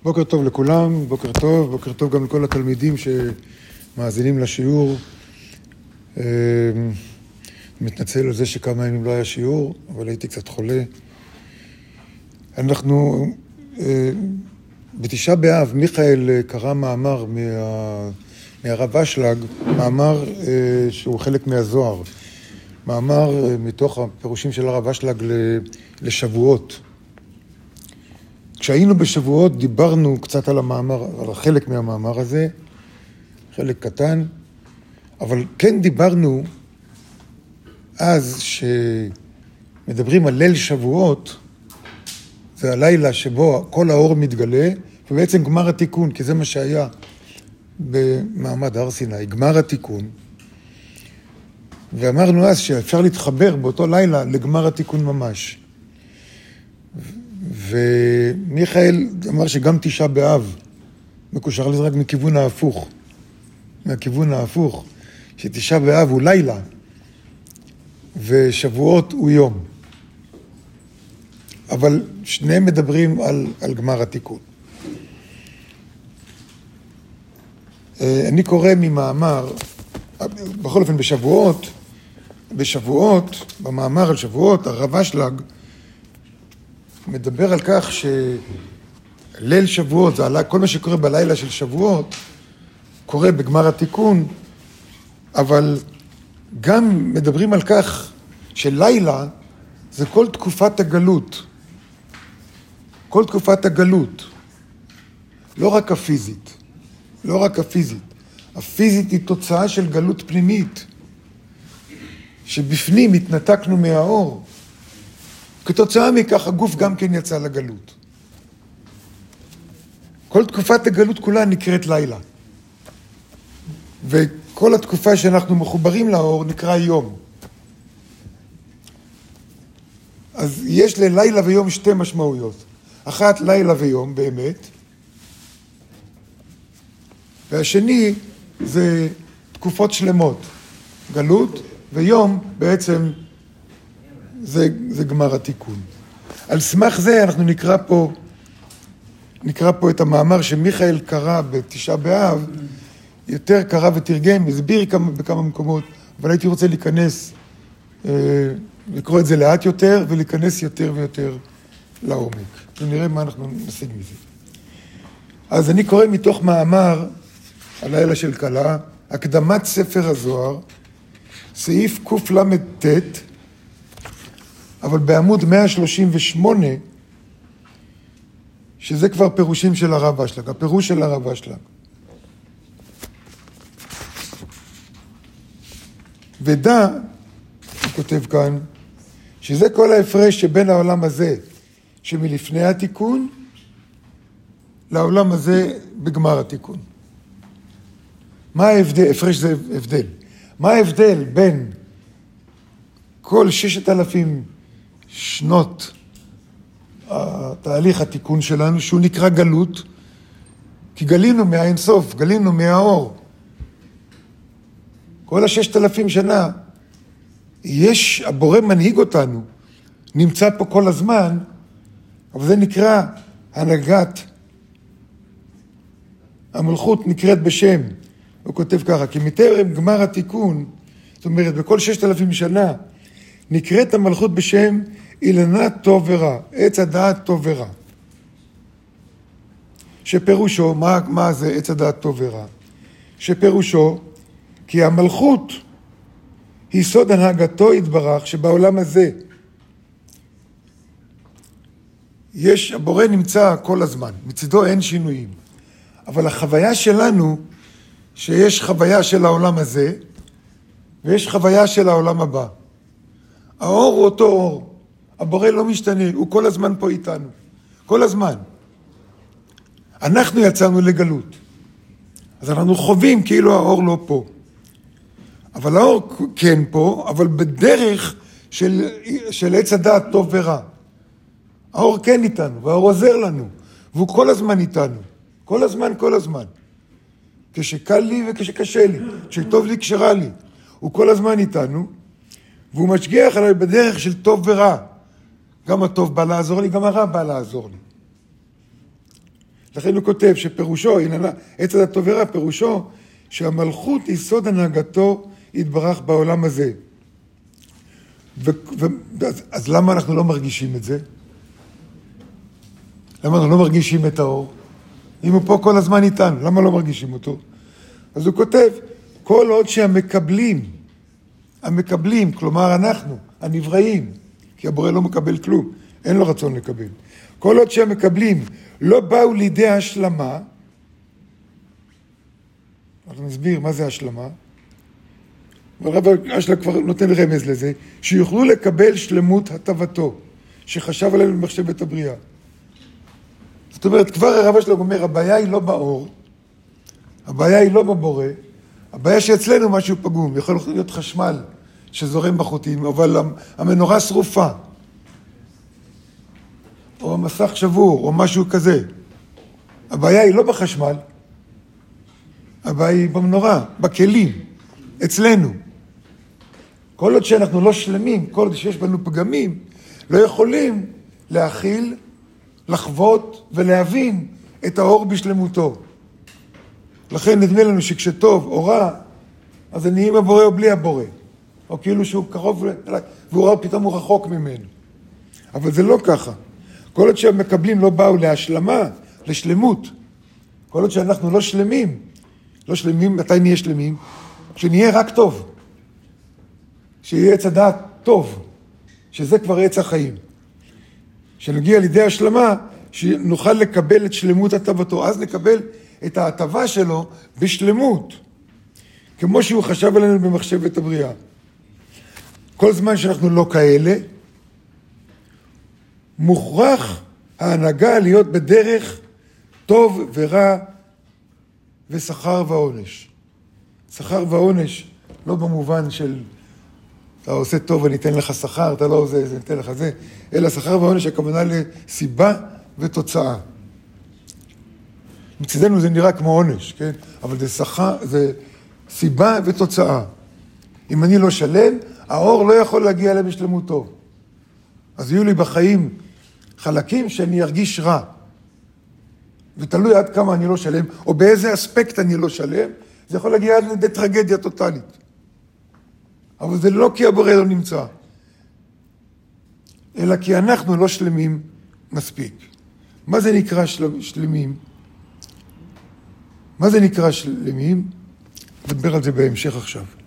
בוקר טוב לכולם, בוקר טוב גם לכל התלמידים שמאזינים לשיעור. מתנצל על זה שכמה ימים לא היה שיעור, אבל הייתי קצת חולה. אנחנו בתשעה באב, מיכאל קרא מאמר מהרב אשלג, מאמר שהוא חלק מהזוהר. מאמר מתוך הפירושים של הרב אשלג לשבועות. כשהיינו בשבועות דיברנו קצת על המאמר, על חלק מהמאמר הזה, חלק קטן, אבל כן דיברנו אז שמדברים על ליל שבועות, זה הלילה שבו כל האור מתגלה, ובעצם גמר התיקון, כי זה מה שהיה במעמד הר סיני, גמר התיקון. ואמרנו אז שאפשר להתחבר באותו לילה לגמר התיקון ממש. ומיכאל אמר שגם תשעה באב מקושר לזה רק מכיוון ההפוך. מהכיוון ההפוך, שתשעה באב הוא לילה, ושבועות הוא יום. אבל שניהם מדברים על גמר התיקון. אני קורא ממאמר, בכל אופן בשבועות, במאמר על שבועות, הרב אשלג מדבר על כך שליל שבועות, כל מה שקורה בלילה של שבועות, קורה בגמר התיקון, אבל גם מדברים על כך שלילה זה כל תקופת הגלות. כל תקופת הגלות. לא רק הפיזית. לא רק הפיזית. הפיזית היא תוצאה של גלות פנימית. שבפנים התנתקנו מהאור. כתוצאה מכך הגוף גם כן יצא לגלות. כל תקופת הגלות כולה נקראת לילה. וכל התקופה שאנחנו מחוברים לאור נקרא יום. אז יש ללילה ויום שתי משמעויות. אחת, לילה ויום באמת. והשני זה תקופות שלמות. גלות ויום בעצם זה גמר התיקון. על סמך זה אנחנו נקרא פה את המאמר שמיכאל קרא בתשעה באב, יותר קרא ותרגם, הסביר בכמה מקומות, אבל הייתי רוצה להיכנס, לקרוא את זה לאט יותר ולהיכנס יותר ויותר לעומק. ונראה מה אנחנו נשיג מזה. אז אני קורא מתוך מאמר הלילה של קלה, הקדמת ספר הזוהר, סעיף קל"ט, אבל בעמוד 138, שזה כבר פירושים של הרב אשלג, הפירוש של הרב אשלג. ודע, הוא כותב כאן, שזה כל ההפרש שבין העולם הזה, שמלפני התיקון, לעולם הזה בגמר התיקון. מה ההבדל? הפרש זה הבדל. מה ההבדל בין כל 6,000 שנות תהליך התיקון שלנו, שהוא נקרא גלות, כי גלינו מהאינסוף, גלינו מהאור. כל 6,000 שנה, הבורא מנהיג אותנו, נמצא פה כל הזמן, אבל זה נקרא הנהגת, המלכות נקראת בשם. הוא כותב ככה, כי מטרם גמר התיקון, זאת אומרת, בכל 6,000 שנה, נקראת המלכות בשם אילנה טוב ורע, עץ הדעת טוב ורע. שפירושו, מה זה עץ הדעת טוב ורע? שפירושו, כי המלכות היא סוד הנהגתו יתברך שבעולם הזה. הבורא נמצא כל הזמן, מצדו אין שינויים. אבל החוויה שלנו, שיש חוויה של העולם הזה, ויש חוויה של העולם הבא. האור הוא אותו אור. הבורא לא משתנה, הוא כל הזמן פה איתנו. כל הזמן. אנחנו יצאנו לגלות. אז אנחנו חווים כאילו האור לא פה. אבל האור כן פה, אבל בדרך של עץ הדעת טוב ורע. האור כן איתנו, והאור עוזר לנו, והוא כל הזמן איתנו. כל הזמן. כשקל לי וכשקשה לי, כשטוב לי כשרע לי. הוא כל הזמן איתנו, והוא משגיח עליי בדרך של טוב ורע. גם הטוב בא לעזור לי, גם הרע בא לעזור לי. לכן הוא כותב שפירושו, עץ הדת טוב ורע, פירושו שהמלכות היא סוד הנהגתו יתברך בעולם הזה. אז למה אנחנו לא מרגישים את זה? למה אנחנו לא מרגישים את האור? אם הוא פה כל הזמן איתנו, למה לא מרגישים אותו? אז הוא כותב, כל עוד המקבלים, כלומר אנחנו, הנבראים, כי הבורא לא מקבל כלום, אין לו רצון לקבל. כל עוד שהמקבלים לא באו לידי השלמה, אנחנו נסביר מה זה השלמה, והרב אשלה כבר נותן רמז לזה, שיוכלו לקבל שלמות הטבתו, שחשב עלינו במחשבת הבריאה. זאת אומרת, כבר הרב אשלה אומר, הבעיה היא לא באור, הבעיה היא לא בבורא, הבעיה שאצלנו משהו פגום, יכול להיות חשמל שזורם בחוטים, אבל המנורה שרופה, או המסך שבור, או משהו כזה. הבעיה היא לא בחשמל, הבעיה היא במנורה, בכלים, אצלנו. כל עוד שאנחנו לא שלמים, כל עוד שיש בנו פגמים, לא יכולים להכיל, לחוות ולהבין את האור בשלמותו. לכן נדמה לנו שכשטוב או רע, אז אני עם הבורא או בלי הבורא. או כאילו שהוא קרוב אליי, והוא רע פתאום הוא רחוק ממנו. אבל זה לא ככה. כל עוד שהמקבלים לא באו להשלמה, לשלמות. כל עוד שאנחנו לא שלמים, מתי נהיה שלמים? כשנהיה רק טוב. שיהיה עץ הדעת טוב. שזה כבר עץ החיים. שנגיע לידי השלמה, שנוכל לקבל את שלמות הטבתו. אז נקבל את ההטבה שלו בשלמות. כמו שהוא חשב עלינו במחשבת הבריאה. כל זמן שאנחנו לא כאלה, מוכרח ההנהגה להיות בדרך טוב ורע ושכר ועונש. שכר ועונש לא במובן של אתה עושה טוב ואני אתן לך שכר, אתה לא עושה, אני אתן לך זה, אלא שכר ועונש הכוונה לסיבה ותוצאה. מצדנו זה נראה כמו עונש, כן? אבל זה סיבה ותוצאה. אם אני לא שלם, האור לא יכול להגיע אליהם בשלמותו. אז יהיו לי בחיים חלקים שאני ארגיש רע. ותלוי עד כמה אני לא שלם, או באיזה אספקט אני לא שלם, זה יכול להגיע עד לידי טרגדיה טוטלית. אבל זה לא כי הבורא לא נמצא, אלא כי אנחנו לא שלמים מספיק. מה זה נקרא שלמים? מה זה נקרא שלמים? נדבר על זה בהמשך עכשיו.